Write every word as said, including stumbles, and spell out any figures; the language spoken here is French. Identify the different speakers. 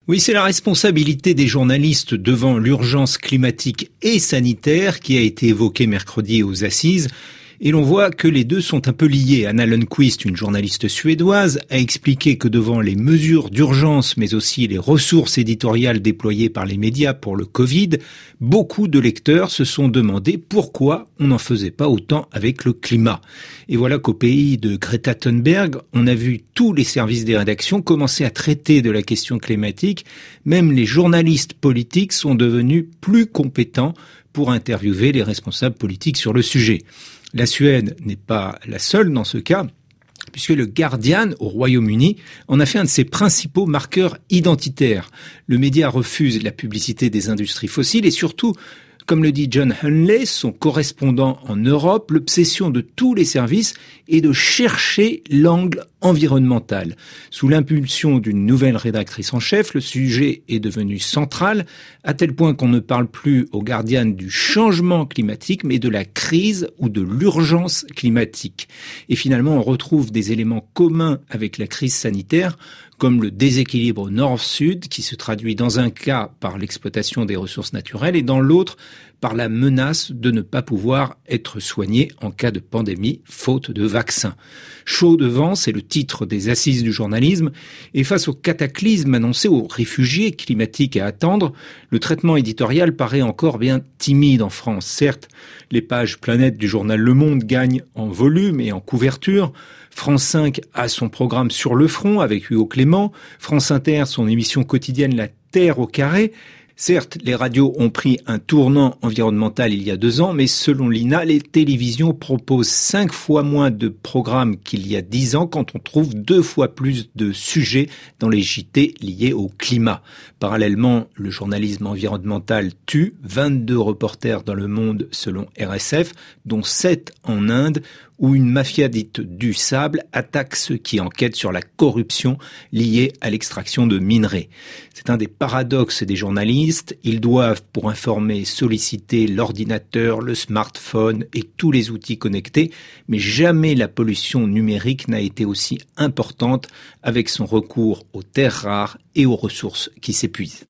Speaker 1: Oui, c'est la responsabilité des journalistes devant l'urgence climatique et sanitaire qui a été évoquée mercredi aux Assises. Et l'on voit que les deux sont un peu liés. Anna Lundquist, une journaliste suédoise, a expliqué que devant les mesures d'urgence, mais aussi les ressources éditoriales déployées par les médias pour le Covid, beaucoup de lecteurs se sont demandé pourquoi on n'en faisait pas autant avec le climat. Et voilà qu'au pays de Greta Thunberg, on a vu tous les services des rédactions commencer à traiter de la question climatique. Même les journalistes politiques sont devenus plus compétents pour interviewer les responsables politiques sur le sujet. La Suède n'est pas la seule dans ce cas, puisque le Guardian, au Royaume-Uni, en a fait un de ses principaux marqueurs identitaires. Le média refuse la publicité des industries fossiles et surtout, comme le dit John Hunley, son correspondant en Europe, l'obsession de tous les services est de chercher l'angle environnemental. Sous l'impulsion d'une nouvelle rédactrice en chef, le sujet est devenu central, à tel point qu'on ne parle plus au Guardian du changement climatique, mais de la crise ou de l'urgence climatique. Et finalement, on retrouve des éléments communs avec la crise sanitaire, comme le déséquilibre nord-sud, qui se traduit dans un cas par l'exploitation des ressources naturelles et dans l'autre par la menace de ne pas pouvoir être soigné en cas de pandémie, faute de vaccin. Chaud devant, c'est le titre des Assises du journalisme, et face au cataclysme annoncé aux réfugiés climatiques à attendre, le traitement éditorial paraît encore bien timide en France. Certes, les pages planète du journal Le Monde gagnent en volume et en couverture. France cinq a son programme Sur le front avec Hugo Clément, France Inter son émission quotidienne La Terre au carré. Certes, les radios ont pris un tournant environnemental il y a deux ans, mais selon l'I N A, les télévisions proposent cinq fois moins de programmes qu'il y a dix ans quand on trouve deux fois plus de sujets dans les J T liés au climat. Parallèlement, le journalisme environnemental tue vingt-deux reporters dans le monde selon R S F, dont sept en Inde, où une mafia dite du sable attaque ceux qui enquêtent sur la corruption liée à l'extraction de minerais. C'est un des paradoxes des journalistes. Ils doivent, pour informer, solliciter l'ordinateur, le smartphone et tous les outils connectés, mais jamais la pollution numérique n'a été aussi importante avec son recours aux terres rares et aux ressources qui s'épuisent.